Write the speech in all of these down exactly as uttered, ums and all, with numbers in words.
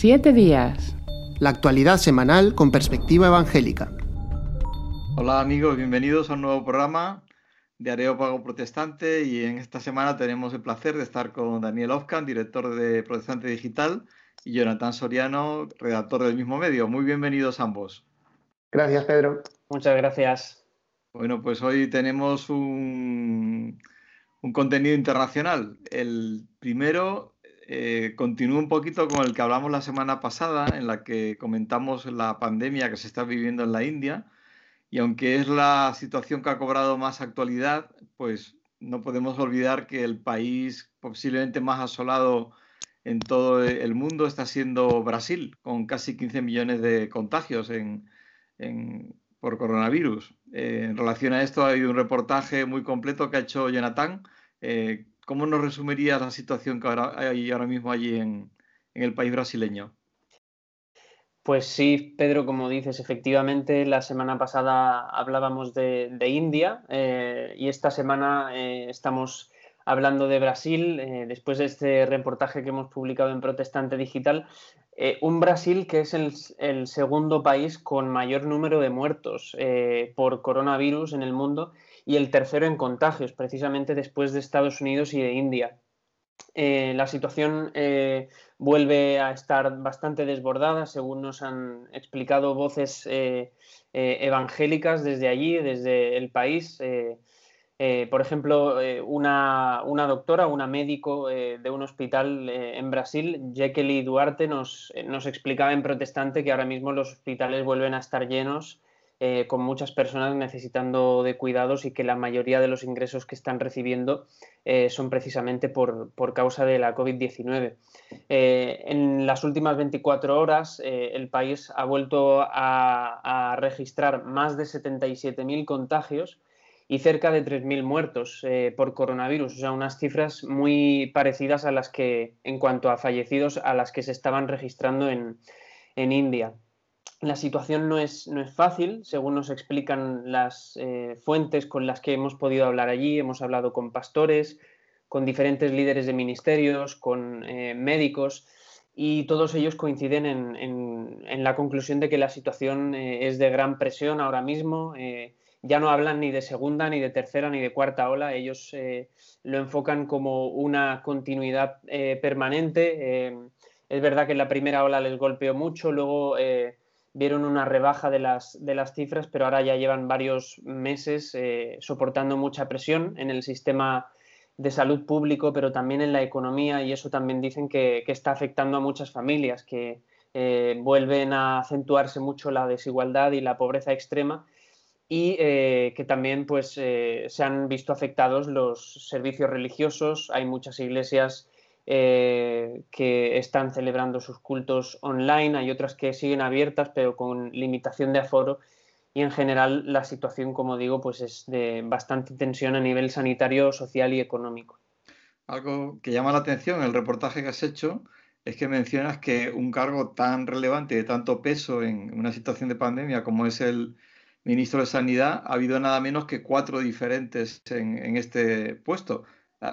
Siete días. La actualidad semanal con perspectiva evangélica. Hola amigos, bienvenidos a un nuevo programa de Areópago Protestante, y en esta semana tenemos el placer de estar con Daniel Ofcan, director de Protestante Digital, y Jonathan Soriano, redactor del mismo medio. Muy bienvenidos ambos. Gracias, Pedro. Muchas gracias. Bueno, pues hoy tenemos un, un contenido internacional. El primero eh, continúa un poquito con el que hablamos la semana pasada, en la que comentamos la pandemia que se está viviendo en la India. Y aunque es la situación que ha cobrado más actualidad, pues no podemos olvidar que el país posiblemente más asolado en todo el mundo está siendo Brasil, con casi quince millones de contagios en, en, por coronavirus. Eh, en relación a esto, hay un reportaje muy completo que ha hecho Jonathan. Eh, ¿Cómo nos resumirías la situación que ahora hay ahora mismo allí en, en el país brasileño? Pues sí, Pedro, como dices, efectivamente la semana pasada hablábamos de, de India eh, y esta semana eh, estamos hablando de Brasil, eh, después de este reportaje que hemos publicado en Protestante Digital, eh, un Brasil que es el, el segundo país con mayor número de muertos eh, por coronavirus en el mundo y el tercero en contagios, precisamente después de Estados Unidos y de India. Eh, la situación eh, vuelve a estar bastante desbordada, según nos han explicado voces eh, eh, evangélicas desde allí, desde el país. Eh, eh, por ejemplo, eh, una, una doctora, una médico eh, de un hospital eh, en Brasil, Jekely Duarte, nos, nos explicaba en Protestante que ahora mismo los hospitales vuelven a estar llenos, Eh, con muchas personas necesitando de cuidados, y que la mayoría de los ingresos que están recibiendo eh, son precisamente por, por causa de la COVID diecinueve. Eh, en las últimas veinticuatro horas eh, el país ha vuelto a, a registrar más de setenta y siete mil contagios y cerca de tres mil muertos eh, por coronavirus, o sea, unas cifras muy parecidas a las que, en cuanto a fallecidos, a las que se estaban registrando en, en India. La situación no es, no es fácil, según nos explican las eh, fuentes con las que hemos podido hablar allí. Hemos hablado con pastores, con diferentes líderes de ministerios, con eh, médicos, y todos ellos coinciden en, en, en la conclusión de que la situación eh, es de gran presión ahora mismo. Eh, ya no hablan ni de segunda, ni de tercera, ni de cuarta ola. Ellos eh, lo enfocan como una continuidad eh, permanente. Eh, es verdad que en la primera ola les golpeó mucho, luego eh, vieron una rebaja de las, de las cifras, pero ahora ya llevan varios meses eh, soportando mucha presión en el sistema de salud público, pero también en la economía, y eso también dicen que, que está afectando a muchas familias, que eh, vuelven a acentuarse mucho la desigualdad y la pobreza extrema, y eh, que también pues, eh, se han visto afectados los servicios religiosos. Hay muchas iglesias eh, que están celebrando sus cultos online, hay otras que siguen abiertas pero con limitación de aforo, y en general la situación, como digo, pues es de bastante tensión a nivel sanitario, social y económico. Algo que llama la atención en el reportaje que has hecho es que mencionas que un cargo tan relevante, de tanto peso en una situación de pandemia como es el ministro de Sanidad, ha habido nada menos que cuatro diferentes en, en este puesto.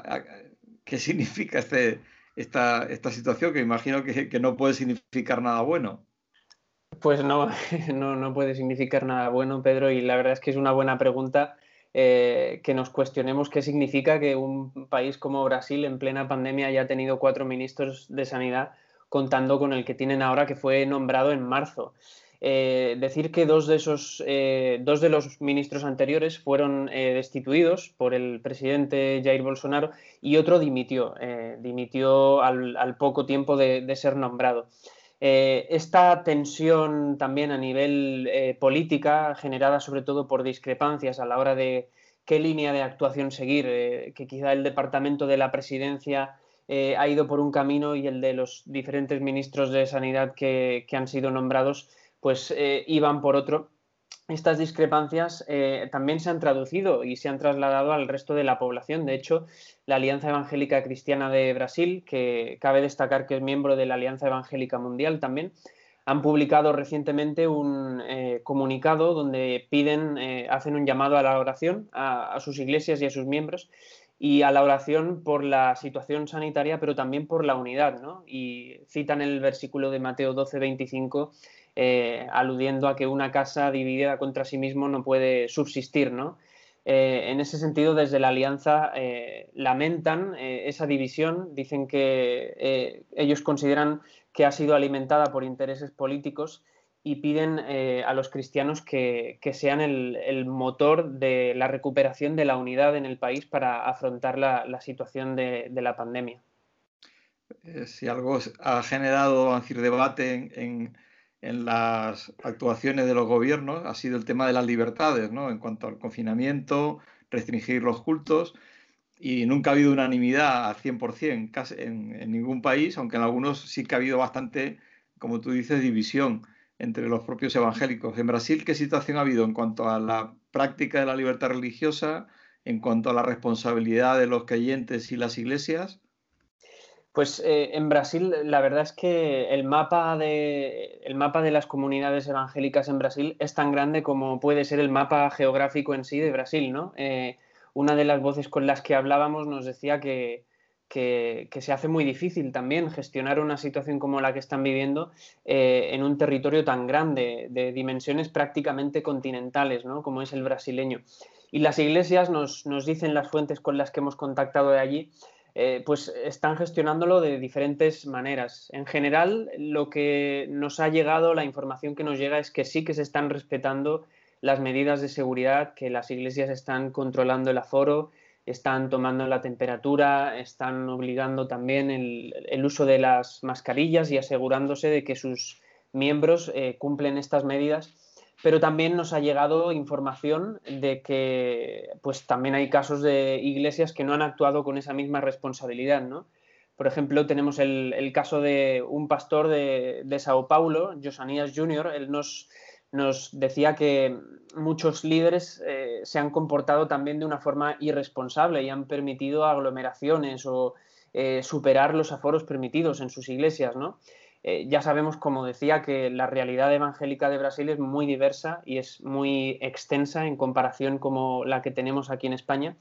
¿Qué significa este, esta, esta situación? Que imagino que, que no puede significar nada bueno. Pues no, no, no puede significar nada bueno, Pedro, y la verdad es que es una buena pregunta eh, que nos cuestionemos qué significa que un país como Brasil en plena pandemia haya tenido cuatro ministros de Sanidad, contando con el que tienen ahora, que fue nombrado en marzo. Eh, decir que dos de esos eh, dos de los ministros anteriores fueron eh, destituidos por el presidente Jair Bolsonaro, y otro dimitió, eh, dimitió al, al poco tiempo de, de ser nombrado. Eh, esta tensión también a nivel eh, política, generada sobre todo por discrepancias a la hora de qué línea de actuación seguir, eh, que quizá el departamento de la presidencia eh, ha ido por un camino y el de los diferentes ministros de Sanidad que, que han sido nombrados pues eh, iban por otro. Estas discrepancias eh, también se han traducido y se han trasladado al resto de la población. De hecho, la Alianza Evangélica Cristiana de Brasil, que cabe destacar que es miembro de la Alianza Evangélica Mundial también, han publicado recientemente un eh, comunicado donde piden, eh, hacen un llamado a la oración a, a sus iglesias y a sus miembros, y a la oración por la situación sanitaria, pero también por la unidad, ¿no? Y citan el versículo de Mateo doce, veinticinco, eh, aludiendo a que una casa dividida contra sí mismo no puede subsistir, ¿no? Eh, en ese sentido, desde la Alianza eh, lamentan eh, esa división, dicen que eh, ellos consideran que ha sido alimentada por intereses políticos y piden eh, a los cristianos que, que sean el, el motor de la recuperación de la unidad en el país para afrontar la, la situación de, de la pandemia. Eh, si algo ha generado, vamos a decir, debate en, en, en las actuaciones de los gobiernos ha sido el tema de las libertades, ¿no? En cuanto al confinamiento, restringir los cultos, y nunca ha habido unanimidad al cien por cien casi en, en ningún país, aunque en algunos sí que ha habido bastante, como tú dices, división entre los propios evangélicos. En Brasil, ¿qué situación ha habido en cuanto a la práctica de la libertad religiosa, en cuanto a la responsabilidad de los creyentes y las iglesias? Pues eh, en Brasil la verdad es que el mapa, de, el mapa de las comunidades evangélicas en Brasil es tan grande como puede ser el mapa geográfico en sí de Brasil, ¿no? Eh, una de las voces con las que hablábamos nos decía que, que, que se hace muy difícil también gestionar una situación como la que están viviendo eh, en un territorio tan grande, de dimensiones prácticamente continentales, ¿no? Como es el brasileño. Y las iglesias nos, nos dicen las fuentes con las que hemos contactado de allí, Eh, pues están gestionándolo de diferentes maneras. En general, lo que nos ha llegado, la información que nos llega es que sí que se están respetando las medidas de seguridad, que las iglesias están controlando el aforo, están tomando la temperatura, están obligando también el, el uso de las mascarillas y asegurándose de que sus miembros eh, cumplen estas medidas. Pero también nos ha llegado información de que pues también hay casos de iglesias que no han actuado con esa misma responsabilidad, ¿no? Por ejemplo, tenemos el, el caso de un pastor de, de Sao Paulo, Josanias junior Él nos, nos decía que muchos líderes eh, se han comportado también de una forma irresponsable y han permitido aglomeraciones o eh, superar los aforos permitidos en sus iglesias, ¿no? Eh, ya sabemos, como decía, que la realidad evangélica de Brasil es muy diversa y es muy extensa en comparación con la que tenemos aquí en España.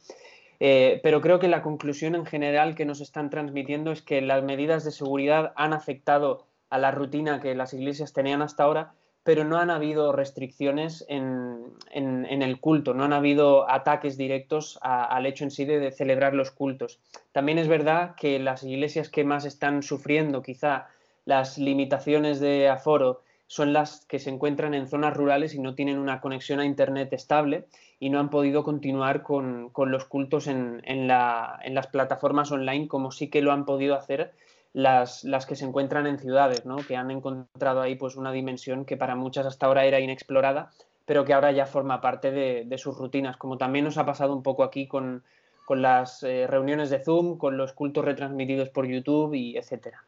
Eh, pero creo que la conclusión en general que nos están transmitiendo es que las medidas de seguridad han afectado a la rutina que las iglesias tenían hasta ahora, pero no han habido restricciones en, en, en el culto, no han habido ataques directos a, al hecho en sí de, de celebrar los cultos. También es verdad que las iglesias que más están sufriendo quizá las limitaciones de aforo son las que se encuentran en zonas rurales y no tienen una conexión a Internet estable y no han podido continuar con, con los cultos en, en, la, en las plataformas online como sí que lo han podido hacer las, las que se encuentran en ciudades, ¿no? Que han encontrado ahí pues, una dimensión que para muchas hasta ahora era inexplorada, pero que ahora ya forma parte de, de sus rutinas, como también nos ha pasado un poco aquí con, con las eh, reuniones de Zoom, con los cultos retransmitidos por YouTube y etcétera.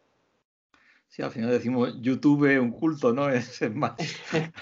Sí, al final decimos YouTube un culto, ¿no? Es más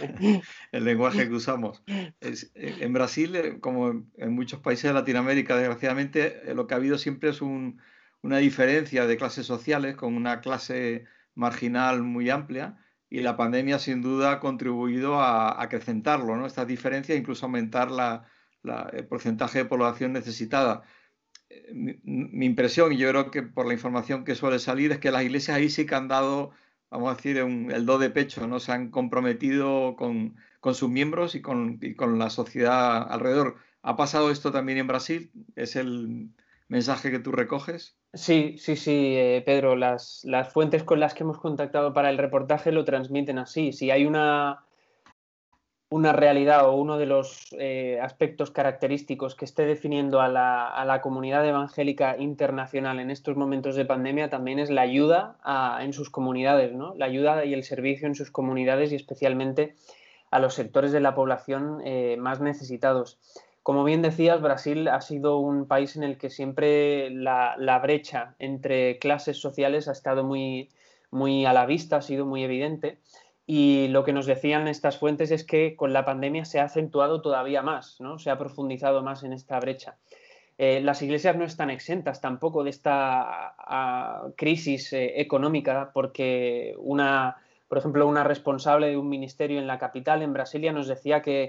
el lenguaje que usamos. Es, en Brasil, como en muchos países de Latinoamérica, desgraciadamente, lo que ha habido siempre es un, una diferencia de clases sociales, con una clase marginal muy amplia, y la pandemia sin duda ha contribuido a, a acrecentarlo, ¿no? Estas diferencias, incluso aumentar la, la, el porcentaje de población necesitada. Mi, mi impresión, y yo creo que por la información que suele salir, es que las iglesias ahí sí que han dado, vamos a decir, un, el do de pecho, ¿no? Se han comprometido con, con sus miembros y con, y con la sociedad alrededor. ¿Ha pasado esto también en Brasil? ¿Es el mensaje que tú recoges? Sí, sí, sí, eh, Pedro, las, las fuentes con las que hemos contactado para el reportaje lo transmiten así. Si hay una, una realidad o uno de los eh, aspectos característicos que esté definiendo a la, a la comunidad evangélica internacional en estos momentos de pandemia, también es la ayuda a, en sus comunidades, ¿no? La ayuda y el servicio en sus comunidades y especialmente a los sectores de la población eh, más necesitados. Como bien decías, Brasil ha sido un país en el que siempre la, la brecha entre clases sociales ha estado muy, muy a la vista, ha sido muy evidente. Y lo que nos decían estas fuentes es que con la pandemia se ha acentuado todavía más, ¿no? Se ha profundizado más en esta brecha. Eh, las iglesias no están exentas tampoco de esta a, a, crisis eh, económica, porque una, por ejemplo, una responsable de un ministerio en la capital, en Brasilia, nos decía que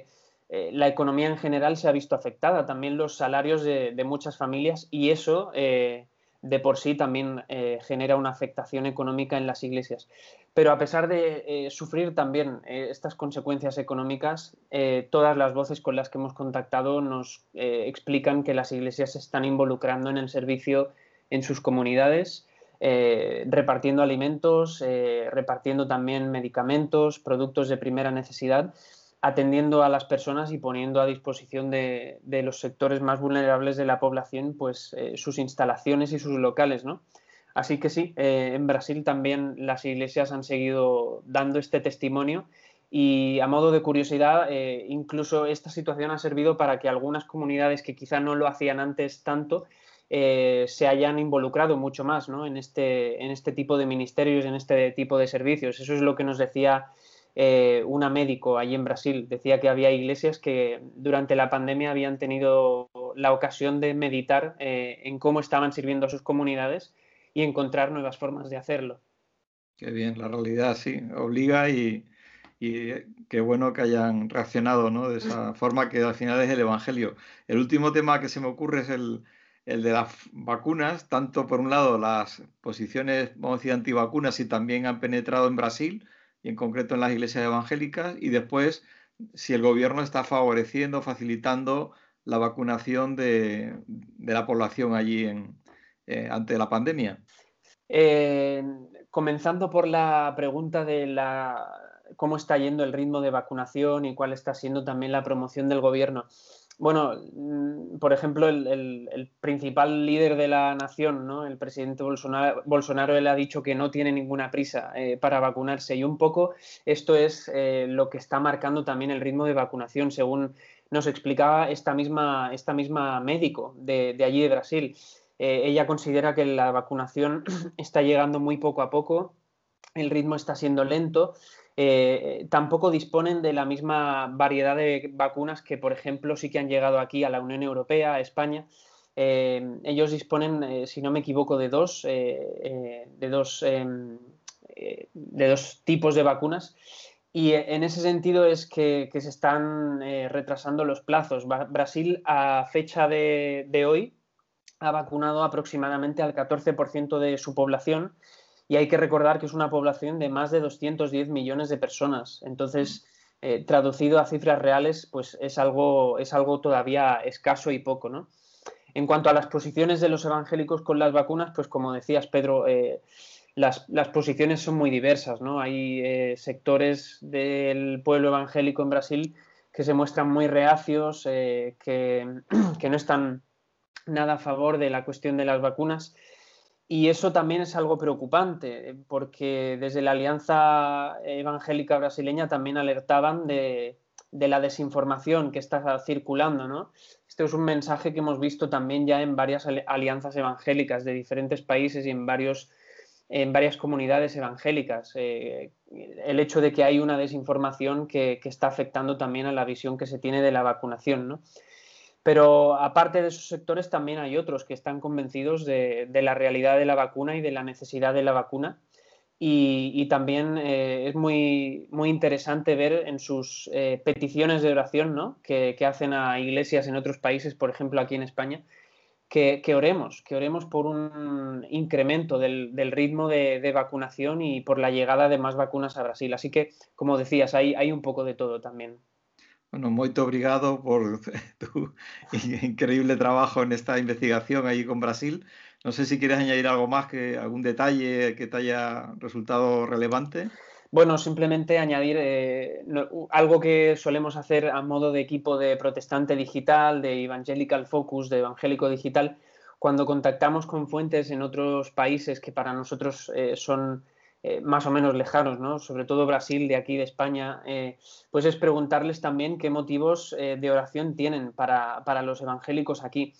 eh, la economía en general se ha visto afectada, también los salarios de, de muchas familias, y eso eh, de por sí también eh, genera una afectación económica en las iglesias. Pero a pesar de eh, sufrir también eh, estas consecuencias económicas, eh, todas las voces con las que hemos contactado nos eh, explican que las iglesias se están involucrando en el servicio en sus comunidades, eh, repartiendo alimentos, eh, repartiendo también medicamentos, productos de primera necesidad, atendiendo a las personas y poniendo a disposición de, de los sectores más vulnerables de la población pues eh, sus instalaciones y sus locales, ¿no? Así que sí, eh, en Brasil también las iglesias han seguido dando este testimonio y a modo de curiosidad, eh, incluso esta situación ha servido para que algunas comunidades que quizá no lo hacían antes tanto eh, se hayan involucrado mucho más, ¿no? en, este, en este tipo de ministerios, en este tipo de servicios. Eso es lo que nos decía eh, una médico allí en Brasil. Decía que había iglesias que durante la pandemia habían tenido la ocasión de meditar eh, en cómo estaban sirviendo a sus comunidades y encontrar nuevas formas de hacerlo. Qué bien, la realidad sí, obliga y, y qué bueno que hayan reaccionado, ¿no? De esa forma que al final es el Evangelio. El último tema que se me ocurre es el, el de las vacunas, tanto por un lado las posiciones, vamos a decir, antivacunas y también han penetrado en Brasil y en concreto en las iglesias evangélicas, y después si el gobierno está favoreciendo, facilitando la vacunación de, de la población allí en, eh, ante la pandemia. Eh, comenzando por la pregunta de la, cómo está yendo el ritmo de vacunación y cuál está siendo también la promoción del gobierno. Bueno, por ejemplo, el, el, el principal líder de la nación, ¿no? El presidente Bolsonaro, Bolsonaro, él ha dicho que no tiene ninguna prisa eh, para vacunarse, y un poco esto es eh, lo que está marcando también el ritmo de vacunación, según nos explicaba esta misma, esta misma médico de, de allí de Brasil. Eh, ella considera que la vacunación está llegando muy poco a poco, el ritmo está siendo lento. Eh, tampoco disponen de la misma variedad de vacunas que, por ejemplo, sí que han llegado aquí a la Unión Europea, a España. Eh, ellos disponen, eh, si no me equivoco, de dos, eh, eh, de, dos eh, de dos tipos de vacunas. Y en ese sentido es que, que se están eh, retrasando los plazos. Brasil, a fecha de, de hoy, ha vacunado aproximadamente al catorce por ciento de su población, y hay que recordar que es una población de más de doscientos diez millones de personas. Entonces, eh, traducido a cifras reales, pues es algo, es algo todavía escaso y poco, ¿no? En cuanto a las posiciones de los evangélicos con las vacunas, pues como decías, Pedro, eh, las, las, posiciones son muy diversas, ¿no? Hay eh, sectores del pueblo evangélico en Brasil que se muestran muy reacios, eh, que, que no están nada a favor de la cuestión de las vacunas. Y eso también es algo preocupante, porque desde la Alianza Evangélica Brasileña también alertaban de, de la desinformación que está circulando, ¿no? Este es un mensaje que hemos visto también ya en varias alianzas evangélicas de diferentes países y en, varios, en varias comunidades evangélicas. Eh, el hecho de que hay una desinformación que, que está afectando también a la visión que se tiene de la vacunación, ¿no? Pero aparte de esos sectores también hay otros que están convencidos de, de la realidad de la vacuna y de la necesidad de la vacuna. Y, y también eh, es muy, muy interesante ver en sus eh, peticiones de oración, ¿no? que, que hacen a iglesias en otros países, por ejemplo aquí en España, que, que oremos, que oremos por un incremento del, del ritmo de, de vacunación y por la llegada de más vacunas a Brasil. Así que, como decías, hay, hay un poco de todo también. Bueno, moito obrigado por tu increíble trabajo en esta investigación allí con Brasil. No sé si quieres añadir algo más, que algún detalle que te haya resultado relevante. Bueno, simplemente añadir eh, no, algo que solemos hacer a modo de equipo de protestante digital, de Evangelical Focus, de evangélico digital, cuando contactamos con fuentes en otros países que para nosotros eh, son eh, más o menos lejanos, ¿no? Sobre todo Brasil, de aquí de España, eh, pues es preguntarles también qué motivos eh, de oración tienen para, para los evangélicos aquí.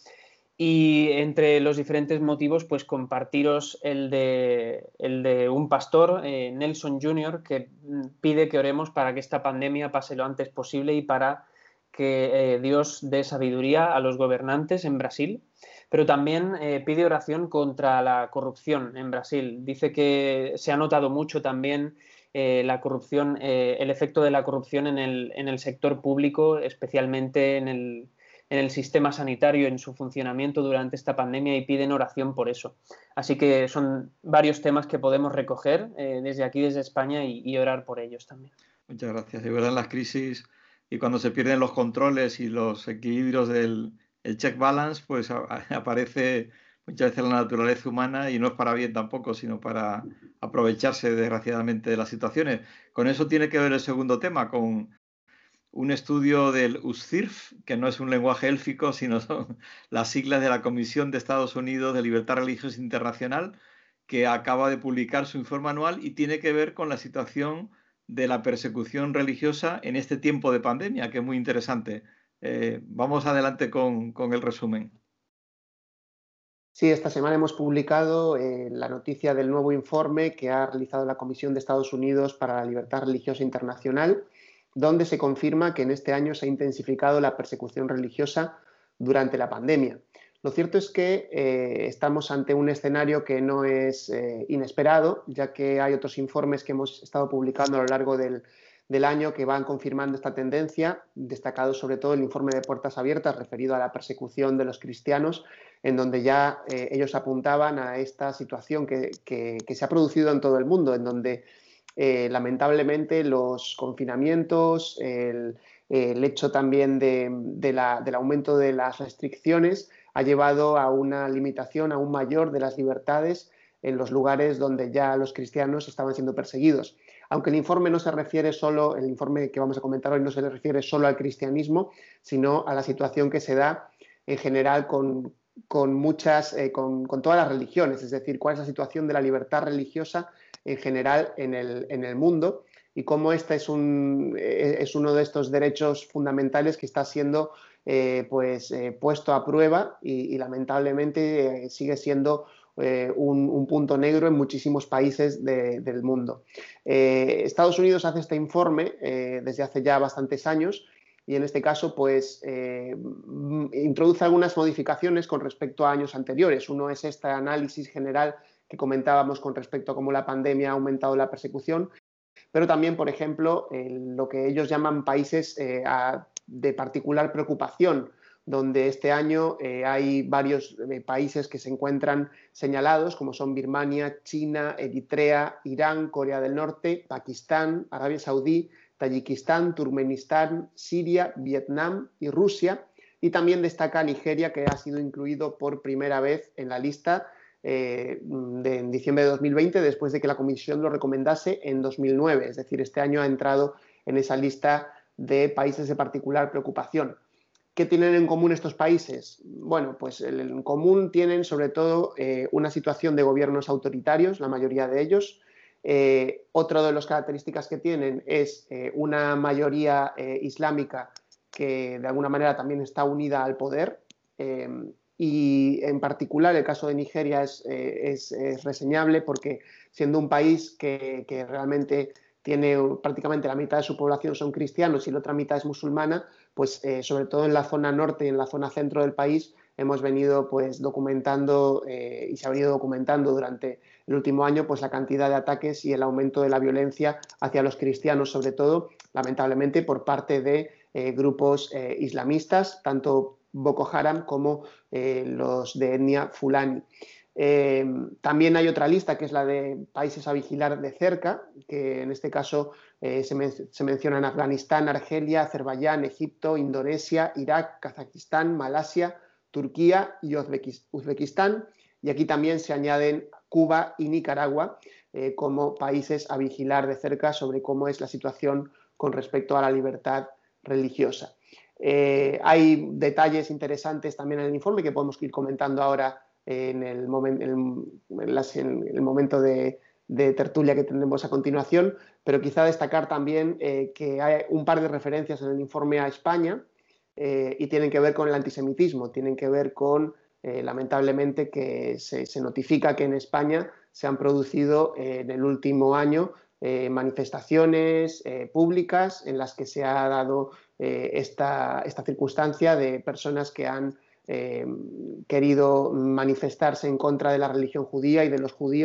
Y entre los diferentes motivos, pues compartiros el de, el de un pastor, eh, Nelson junior, que pide que oremos para que esta pandemia pase lo antes posible y para que eh, Dios dé sabiduría a los gobernantes en Brasil. Pero también eh, pide oración contra la corrupción en Brasil. Dice que se ha notado mucho también eh, la corrupción, eh, el efecto de la corrupción en el, en el sector público, especialmente en el, en el sistema sanitario, en su funcionamiento durante esta pandemia, y piden oración por eso. Así que son varios temas que podemos recoger eh, desde aquí, desde España, y, y orar por ellos también. Muchas gracias. De verdad, en las crisis y cuando se pierden los controles y los equilibrios del el check balance, pues a, a, aparece muchas veces la naturaleza humana, y no es para bien tampoco, sino para aprovecharse desgraciadamente de las situaciones. Con eso tiene que ver el segundo tema, con un estudio del U S C I R F, que no es un lenguaje élfico, sino son las siglas de la Comisión de Estados Unidos de Libertad Religiosa Internacional, que acaba de publicar su informe anual y tiene que ver con la situación de la persecución religiosa en este tiempo de pandemia, que es muy interesante. Eh, vamos adelante con, con el resumen. Sí, esta semana hemos publicado eh, la noticia del nuevo informe que ha realizado la Comisión de Estados Unidos para la Libertad Religiosa Internacional, donde se confirma que en este año se ha intensificado la persecución religiosa durante la pandemia. Lo cierto es que eh, estamos ante un escenario que no es eh, inesperado, ya que hay otros informes que hemos estado publicando a lo largo del, del año que van confirmando esta tendencia, destacado sobre todo el informe de Puertas Abiertas referido a la persecución de los cristianos, en donde ya eh, ellos apuntaban a esta situación que, que, que se ha producido en todo el mundo, en donde eh, lamentablemente los confinamientos, el, el hecho también de, de la, del aumento de las restricciones ha llevado a una limitación aún mayor de las libertades en los lugares donde ya los cristianos estaban siendo perseguidos. Aunque el informe no se refiere solo, el informe que vamos a comentar hoy no se refiere solo al cristianismo, sino a la situación que se da en general con, con muchas, eh, con, con todas las religiones, es decir, cuál es la situación de la libertad religiosa en general en el, en el mundo, y cómo este es, un, es uno de estos derechos fundamentales que está siendo eh, pues, eh, puesto a prueba y, y lamentablemente eh, sigue siendo eh, un, un punto negro en muchísimos países de, del mundo. Eh, Estados Unidos hace este informe eh, desde hace ya bastantes años, y en este caso pues eh, introduce algunas modificaciones con respecto a años anteriores. Uno es este análisis general que comentábamos con respecto a cómo la pandemia ha aumentado la persecución, pero también, por ejemplo, eh, lo que ellos llaman países eh, a, de particular preocupación, donde este año eh, hay varios eh, países que se encuentran señalados, como son Birmania, China, Eritrea, Irán, Corea del Norte, Pakistán, Arabia Saudí, Tayikistán, Turkmenistán, Siria, Vietnam y Rusia. Y también destaca Nigeria, que ha sido incluido por primera vez en la lista eh, de, en diciembre de dos mil veinte, después de que la Comisión lo recomendase en dos mil nueve. Es decir, este año ha entrado en esa lista de países de particular preocupación. ¿Qué tienen en común estos países? Bueno, pues en común tienen sobre todo eh, una situación de gobiernos autoritarios, la mayoría de ellos. Eh, otra de las características que tienen es eh, una mayoría eh, islámica que de alguna manera también está unida al poder, eh, y en particular el caso de Nigeria es, eh, es, es reseñable porque, siendo un país que, que realmente tiene prácticamente la mitad de su población son cristianos y la otra mitad es musulmana, pues eh, sobre todo en la zona norte y en la zona centro del país hemos venido pues documentando eh, y se ha venido documentando durante el último año pues la cantidad de ataques y el aumento de la violencia hacia los cristianos, sobre todo, lamentablemente, por parte de eh, grupos eh, islamistas, tanto Boko Haram como eh, los de etnia fulani. Eh, también hay otra lista, que es la de países a vigilar de cerca, que en este caso eh, se, men se mencionan Afganistán, Argelia, Azerbaiyán, Egipto, Indonesia, Irak, Kazajistán, Malasia, Turquía y Uzbekistán. Y aquí también se añaden Cuba y Nicaragua eh, como países a vigilar de cerca sobre cómo es la situación con respecto a la libertad religiosa. Eh, hay detalles interesantes también en el informe que podemos ir comentando ahora en el, momen, en, en, las, en el momento de, de tertulia que tendremos a continuación, pero quizá destacar también eh, que hay un par de referencias en el informe a España eh, y tienen que ver con el antisemitismo, tienen que ver con, eh, lamentablemente, que se, se notifica que en España se han producido eh, en el último año eh, manifestaciones eh, públicas en las que se ha dado eh, esta, esta circunstancia de personas que han Eh, querido manifestarse en contra de la religión judía y de los judíos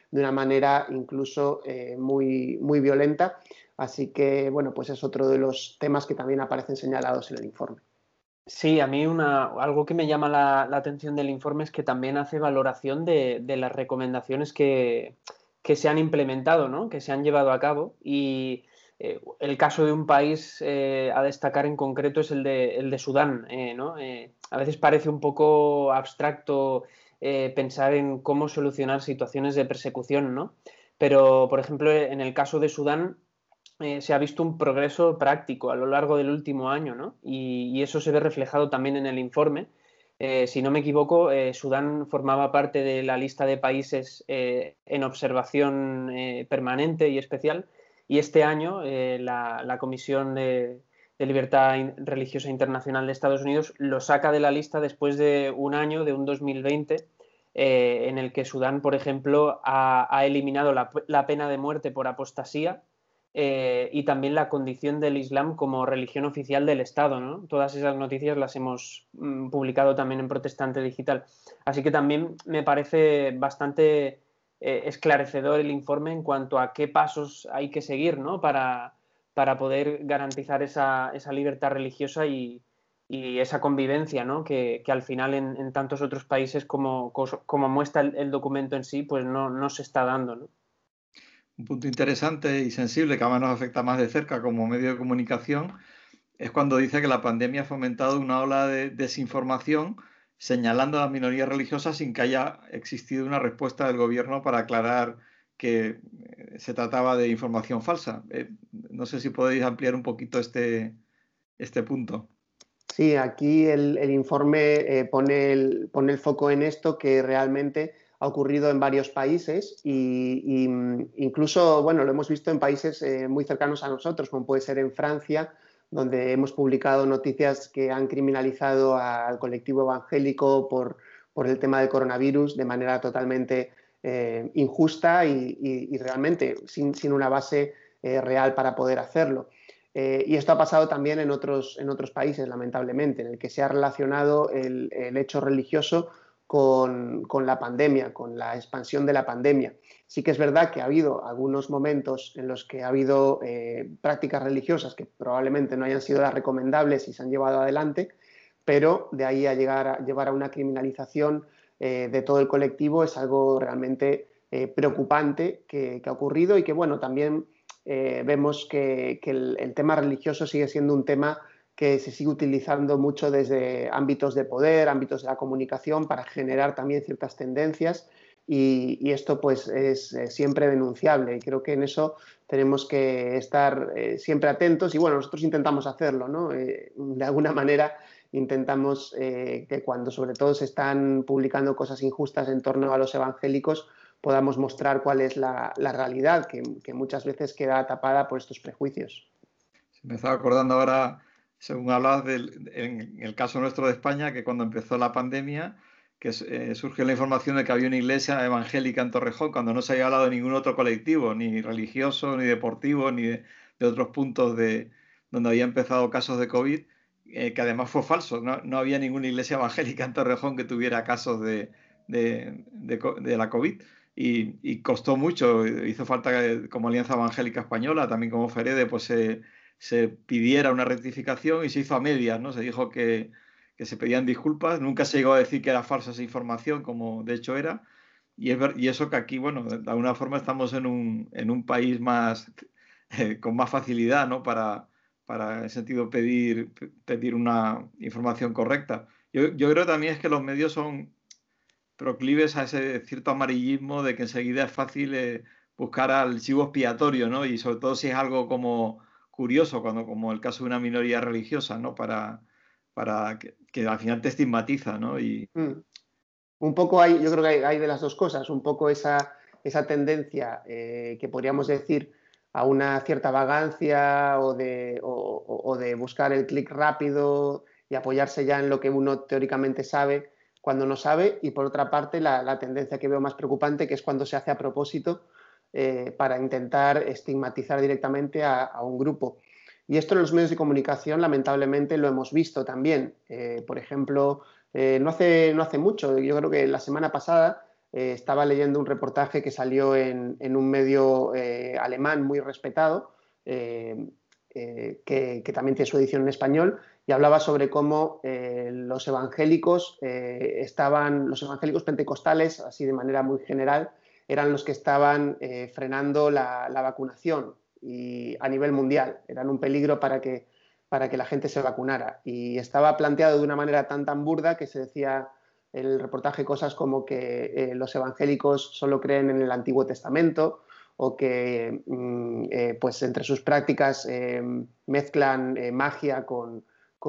de una manera incluso eh, muy, muy violenta. Así que, bueno, pues es otro de los temas que también aparecen señalados en el informe. Sí, a mí una, algo que me llama la, la atención del informe es que también hace valoración de, de las recomendaciones que, que se han implementado, ¿no? Que se han llevado a cabo. Y eh, el caso de un país eh, a destacar en concreto es el de, el de Sudán, eh, ¿no? Eh, a veces parece un poco abstracto eh, pensar en cómo solucionar situaciones de persecución, ¿no? Pero, por ejemplo, en el caso de Sudán, eh, se ha visto un progreso práctico a lo largo del último año, ¿no? Y, y eso se ve reflejado también en el informe. Eh, si no me equivoco, eh, Sudán formaba parte de la lista de países eh, en observación eh, permanente y especial, y este año eh, la, la Comisión de, de Libertad Religiosa Internacional de Estados Unidos lo saca de la lista después de un año, de un dos mil veinte, eh, en el que Sudán, por ejemplo, ha, ha eliminado la, la pena de muerte por apostasía, eh, y también la condición del Islam como religión oficial del Estado, ¿no? Todas esas noticias las hemos mm, publicado también en Protestante Digital. Así que también me parece bastante eh, esclarecedor el informe en cuanto a qué pasos hay que seguir, ¿no? Para, para poder garantizar esa, esa libertad religiosa y, y esa convivencia, ¿no? Que, que al final en, en, tantos otros países como, como muestra el, el documento en sí, pues no, no se está dando, ¿no? Un punto interesante y sensible que además nos afecta más de cerca como medio de comunicación es cuando dice que la pandemia ha fomentado una ola de desinformación señalando a las minorías religiosas sin que haya existido una respuesta del gobierno para aclarar que se trataba de información falsa. Eh, no sé si podéis ampliar un poquito este, este punto. Sí, aquí el, el informe eh, pone, el, pone el foco en esto que realmente ha ocurrido en varios países y, y incluso, bueno, lo hemos visto en países eh, muy cercanos a nosotros, como puede ser en Francia, donde hemos publicado noticias que han criminalizado al colectivo evangélico por, por el tema del coronavirus de manera totalmente eh, injusta y, y, y realmente sin, sin una base eh, real para poder hacerlo. Eh, y esto ha pasado también en otros, en otros países, lamentablemente, en el que se ha relacionado el, el hecho religioso con, con, la pandemia, con la expansión de la pandemia. Sí que es verdad que ha habido algunos momentos en los que ha habido eh, prácticas religiosas que probablemente no hayan sido las recomendables y se han llevado adelante, pero de ahí a llegar a llevar a una criminalización eh, de todo el colectivo es algo realmente eh, preocupante que, que ha ocurrido y que, bueno, también Eh, vemos que, que el, el tema religioso sigue siendo un tema que se sigue utilizando mucho desde ámbitos de poder, ámbitos de la comunicación para generar también ciertas tendencias y, y esto pues es eh, siempre denunciable y creo que en eso tenemos que estar eh, siempre atentos y bueno, nosotros intentamos hacerlo, ¿no? Eh, de alguna manera intentamos eh, que cuando sobre todo se están publicando cosas injustas en torno a los evangélicos podamos mostrar cuál es la, la realidad, que, que muchas veces queda tapada por estos prejuicios. Me estaba acordando ahora, según hablabas del, en el caso nuestro de España, que cuando empezó la pandemia, que eh, surgió la información de que había una iglesia evangélica en Torrejón, cuando no se había hablado de ningún otro colectivo, ni religioso, ni deportivo, ni de, de otros puntos de, donde había empezado casos de COVID, eh, que además fue falso. No, no había ninguna iglesia evangélica en Torrejón que tuviera casos de, de, de, de la COVID. Y, y, costó mucho, hizo falta que, como Alianza Evangélica Española, también como Ferede, pues se... Eh, se pidiera una rectificación y se hizo a medias, ¿no? Se dijo que, que se pedían disculpas, nunca se llegó a decir que era falsa esa información, como de hecho era, y, es ver, y eso que aquí, bueno, de alguna forma estamos en un, en un país más, eh, con más facilidad, ¿no? Para, para en ese sentido, pedir, pedir una información correcta. Yo, yo creo también es que los medios son proclives a ese cierto amarillismo de que enseguida es fácil eh, buscar al chivo expiatorio, ¿no? Y sobre todo si es algo como curioso, cuando, como el caso de una minoría religiosa, ¿no? Para, para que, que al final te estigmatiza, ¿no? Y... Mm. Un poco hay, yo creo que hay, hay de las dos cosas, un poco esa, esa tendencia eh, que podríamos decir a una cierta vagancia o de, o, o de buscar el clic rápido y apoyarse ya en lo que uno teóricamente sabe cuando no sabe, y por otra parte la, la tendencia que veo más preocupante, que es cuando se hace a propósito eh, para intentar estigmatizar directamente a, a un grupo. Y esto en los medios de comunicación lamentablemente lo hemos visto también. Eh, por ejemplo, eh, no, hace, no hace mucho, yo creo que la semana pasada eh, estaba leyendo un reportaje que salió en, en un medio eh, alemán muy respetado, eh, eh, que, que también tiene su edición en español, y hablaba sobre cómo eh, los evangélicos eh, estaban, los evangélicos pentecostales, así de manera muy general, eran los que estaban eh, frenando la, la vacunación y a nivel mundial. Eran un peligro para que, para que la gente se vacunara. Y estaba planteado de una manera tan tan burda que se decía en el reportaje cosas como que eh, los evangélicos solo creen en el Antiguo Testamento, o que mm, eh, pues entre sus prácticas eh, mezclan eh, magia con,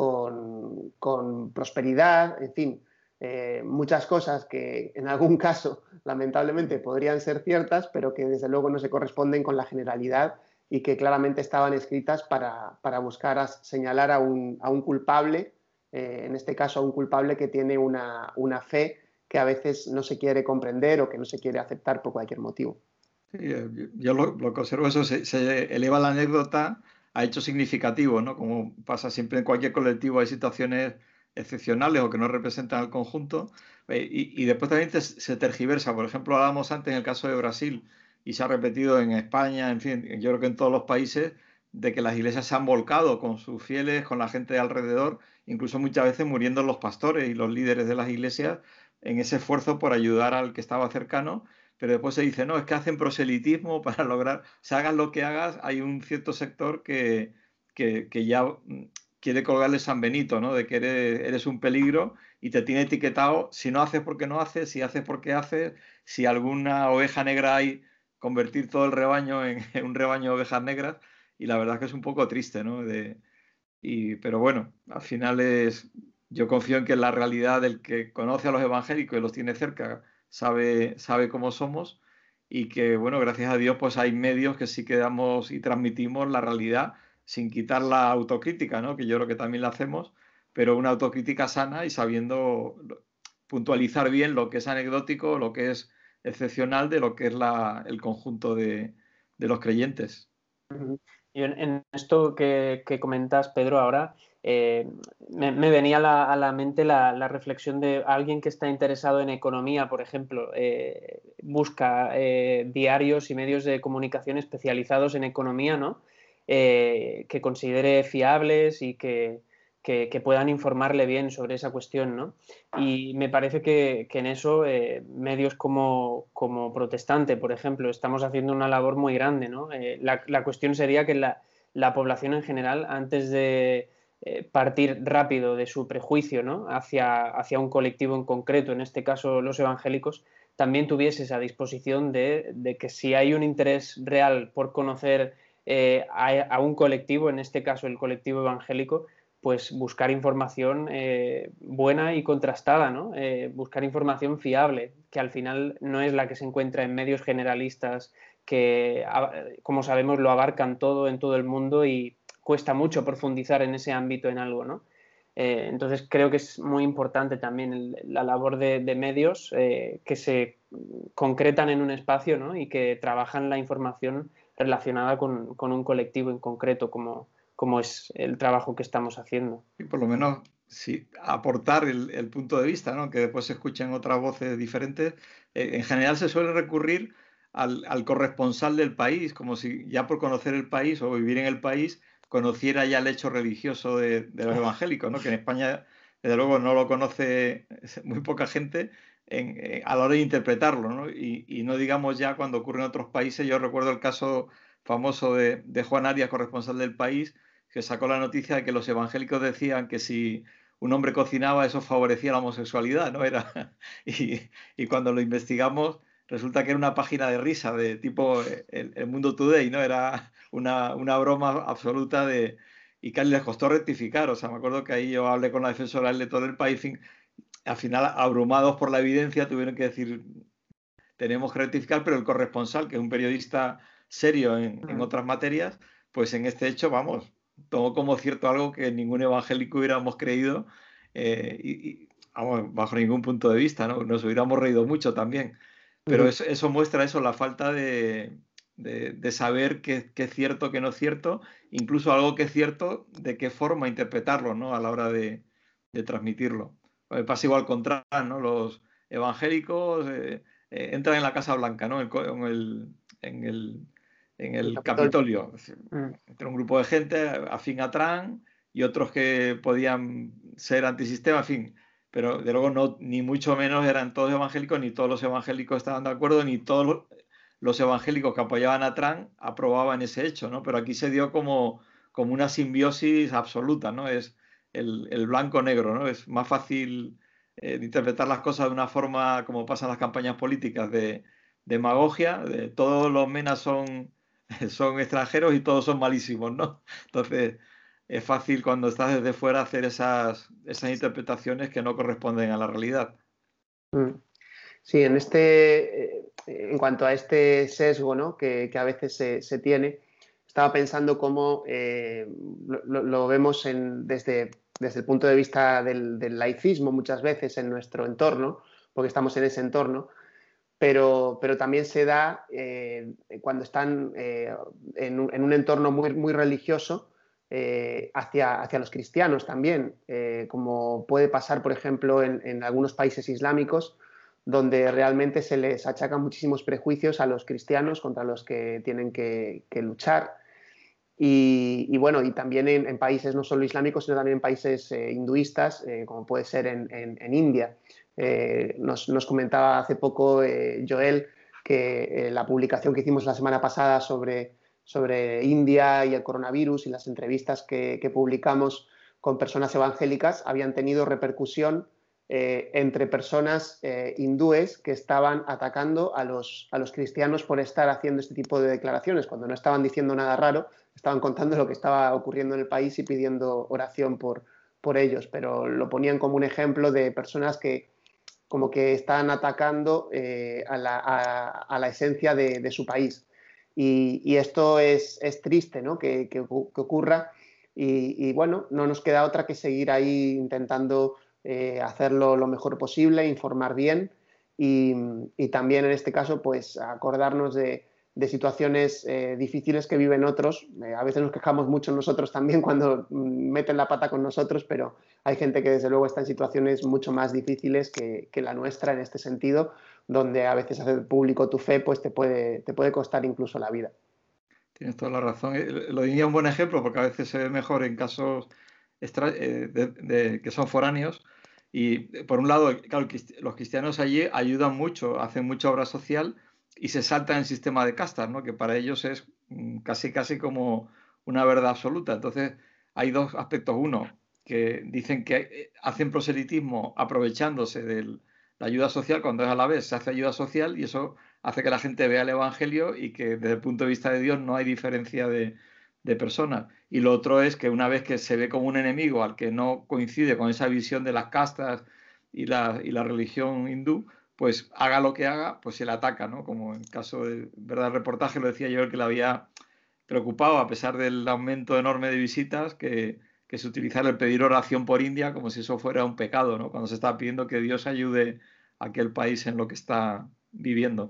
con, con, prosperidad, en fin, eh, muchas cosas que en algún caso lamentablemente podrían ser ciertas, pero que desde luego no se corresponden con la generalidad y que claramente estaban escritas para, para buscar a señalar a un, a un culpable, eh, en este caso a un culpable que tiene una, una fe que a veces no se quiere comprender o que no se quiere aceptar por cualquier motivo. Sí, yo lo, lo que observo eso, se, se eleva la anécdota a hechos significativos, ¿no? Como pasa siempre en cualquier colectivo, hay situaciones excepcionales o que no representan al conjunto, eh, y, y después también te, se tergiversa. Por ejemplo, hablábamos antes en el caso de Brasil, y se ha repetido en España, en fin, yo creo que en todos los países, de que las iglesias se han volcado con sus fieles, con la gente de alrededor, incluso muchas veces muriendo los pastores y los líderes de las iglesias en ese esfuerzo por ayudar al que estaba cercano. Pero después se dice, no, es que hacen proselitismo para lograr, si hagas lo que hagas, hay un cierto sector que, que, que ya quiere colgarle San Benito, ¿no? De que eres, eres un peligro y te tiene etiquetado, si no haces porque no haces, si haces porque haces, si alguna oveja negra hay, convertir todo el rebaño en, en un rebaño de ovejas negras, y la verdad es que es un poco triste, ¿no? De, y, pero bueno, al final es, yo confío en que la realidad del que conoce a los evangélicos y los tiene cerca, sabe, sabe cómo somos, y que, bueno, gracias a Dios, pues hay medios que sí que damos y transmitimos la realidad sin quitar la autocrítica, ¿no? Que yo creo que también la hacemos, pero una autocrítica sana y sabiendo puntualizar bien lo que es anecdótico, lo que es excepcional de lo que es la, el conjunto de, de los creyentes. Y en, en esto que, que comentas, Pedro, ahora eh, me, me, venía a la, a la mente la, la, reflexión de alguien que está interesado en economía, por ejemplo, eh, busca eh, diarios y medios de comunicación especializados en economía, ¿no? Eh, que considere fiables y que, que, que, puedan informarle bien sobre esa cuestión, ¿no? Y me parece que, que en eso eh, medios como, como Protestante, por ejemplo, estamos haciendo una labor muy grande, ¿no? Eh, la, la cuestión sería que la, la población en general, antes de eh, partir rápido de su prejuicio, ¿no? hacia, hacia un colectivo en concreto, en este caso los evangélicos, también tuviese esa disposición de, de que si hay un interés real por conocer eh, a, a un colectivo, en este caso el colectivo evangélico, pues buscar información eh, buena y contrastada, ¿no? Eh, buscar información fiable, que al final no es la que se encuentra en medios generalistas que, como sabemos, lo abarcan todo en todo el mundo y cuesta mucho profundizar en ese ámbito en algo, ¿no? Eh, entonces creo que es muy importante también el, la labor de, de medios eh, que se concretan en un espacio, ¿no? Y que trabajan la información relacionada con, con un colectivo en concreto, como como es el trabajo que estamos haciendo. Y por lo menos sí, aportar el, el punto de vista, ¿no? Que después se escuchen otras voces diferentes. Eh, en general se suele recurrir al, al corresponsal del país, como si ya por conocer el país o vivir en el país conociera ya el hecho religioso de, de los evangélicos, ¿no? Que en España, desde luego, no lo conoce muy poca gente en, en, a la hora de interpretarlo, ¿no? Y, y no digamos ya cuando ocurre en otros países. Yo recuerdo el caso famoso de, de Juan Arias, corresponsal del país, que sacó la noticia de que los evangélicos decían que si un hombre cocinaba eso favorecía la homosexualidad, ¿no? Era, y, y cuando lo investigamos resulta que era una página de risa de tipo el, el Mundo Today, ¿no? Era una, una broma absoluta de... Y que les costó rectificar, o sea, me acuerdo que ahí yo hablé con la defensora del lector del país, fin, al final abrumados por la evidencia tuvieron que decir, tenemos que rectificar, pero el corresponsal, que es un periodista serio en, en otras materias, pues en este hecho, vamos, tomó como cierto algo que ningún evangélico hubiéramos creído eh, y, y vamos, bajo ningún punto de vista, ¿no? Nos hubiéramos reído mucho también. Pero uh-huh. eso, eso muestra eso, la falta de, de, de saber qué, qué es cierto, qué no es cierto, incluso algo que es cierto, de qué forma interpretarlo, ¿no? A la hora de, de transmitirlo. Pasa igual al contrario, ¿no? Los evangélicos, eh, eh, entran en la Casa Blanca, ¿no? En el, en el, en el, El Capitolio. Mm. Entre un grupo de gente afín a Trump y otros que podían ser antisistema, en fin. Pero de luego no, ni mucho menos eran todos evangélicos, ni todos los evangélicos estaban de acuerdo, ni todos los, los evangélicos que apoyaban a Trump aprobaban ese hecho, ¿no? Pero aquí se dio como, como una simbiosis absoluta, ¿no? Es el, el blanco-negro, ¿no? Es más fácil eh, de interpretar las cosas de una forma como pasan las campañas políticas de demagogia, de todos los menas son, son extranjeros y todos son malísimos, ¿no? Entonces es fácil cuando estás desde fuera hacer esas, esas interpretaciones que no corresponden a la realidad. Sí, en este, en cuanto a este sesgo, ¿no? que, que a veces se, se tiene, estaba pensando cómo eh, lo, lo, vemos en, desde, desde el punto de vista del, del laicismo muchas veces en nuestro entorno, porque estamos en ese entorno, pero, pero también se da eh, cuando están eh, en, un, en, un, entorno muy, muy religioso eh, hacia, hacia los cristianos también, eh, como puede pasar, por ejemplo, en, en algunos países islámicos, donde realmente se les achacan muchísimos prejuicios a los cristianos contra los que tienen que, que luchar. Y, y, bueno, y también en, en, países no solo islámicos, sino también en países eh, hinduistas, eh, como puede ser en, en, en India. Eh, nos, nos, comentaba hace poco eh, Joel que eh, la publicación que hicimos la semana pasada sobre, sobre India y el coronavirus y las entrevistas que, que publicamos con personas evangélicas habían tenido repercusión eh, entre personas eh, hindúes que estaban atacando a los, a los cristianos por estar haciendo este tipo de declaraciones, cuando no estaban diciendo nada raro, estaban contando lo que estaba ocurriendo en el país y pidiendo oración por, por ellos, pero lo ponían como un ejemplo de personas que como que están atacando eh, a, la, a, a, la, esencia de, de su país. Y, y esto es, es triste, ¿no? que, que, que ocurra y, y bueno, no nos queda otra que seguir ahí intentando eh, hacerlo lo mejor posible, informar bien y, y también en este caso pues acordarnos de, de situaciones eh, difíciles que viven otros. Eh, a veces nos quejamos mucho nosotros también cuando meten la pata con nosotros, pero hay gente que desde luego está en situaciones mucho más difíciles que, que la nuestra en este sentido, donde a veces hacer público tu fe pues te puede, te puede costar incluso la vida. Tienes toda la razón. Lo diría un buen ejemplo porque a veces se ve mejor en casos extra, eh, de, de, que son foráneos. Y por un lado, claro, los cristianos allí ayudan mucho, hacen mucha obra social y se saltan el sistema de castas, ¿no? Que para ellos es casi casi como una verdad absoluta. Entonces, hay dos aspectos. Uno, que dicen que hacen proselitismo aprovechándose de la ayuda social, cuando es a la vez se hace ayuda social y eso hace que la gente vea el Evangelio y que desde el punto de vista de Dios no hay diferencia de, de personas. Y lo otro es que una vez que se ve como un enemigo al que no coincide con esa visión de las castas y la, y la religión hindú, pues haga lo que haga, pues se le ataca, ¿no? Como en el caso de, ¿verdad? El reportaje lo decía yo, el que le había preocupado, a pesar del aumento enorme de visitas, que, que se utilizara el pedir oración por India como si eso fuera un pecado, ¿no? Cuando se está pidiendo que Dios ayude a aquel país en lo que está viviendo.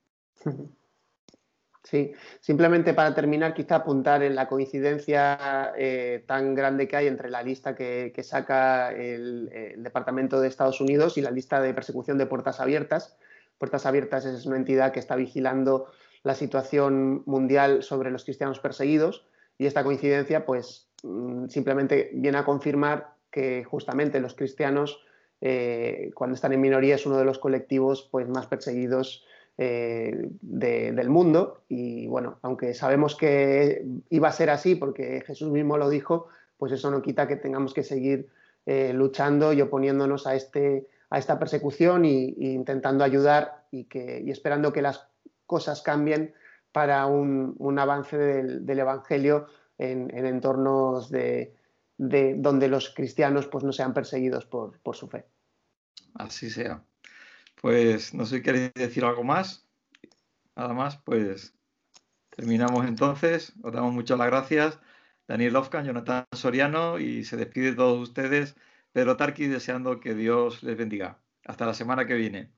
Sí, simplemente para terminar, quizá apuntar en la coincidencia eh, tan grande que hay entre la lista que, que saca el, el Departamento de Estados Unidos y la lista de persecución de Puertas Abiertas. Puertas Abiertas es una entidad que está vigilando la situación mundial sobre los cristianos perseguidos y esta coincidencia pues simplemente viene a confirmar que justamente los cristianos eh, cuando están en minoría es uno de los colectivos pues, más perseguidos Eh, de, del mundo y bueno, aunque sabemos que iba a ser así porque Jesús mismo lo dijo, pues eso no quita que tengamos que seguir eh, luchando y oponiéndonos a, este, a esta persecución y, y intentando ayudar y, que, y esperando que las cosas cambien para un, un avance del, del Evangelio en, en entornos de, de, donde los cristianos pues, no sean perseguidos por, por su fe. Así sea. Pues no sé si queréis decir algo más. Nada más, pues terminamos entonces. Os damos muchas las gracias. Daniel Lofcan, Jonathan Soriano y se despide de todos ustedes Pedro Tarqui deseando que Dios les bendiga. Hasta la semana que viene.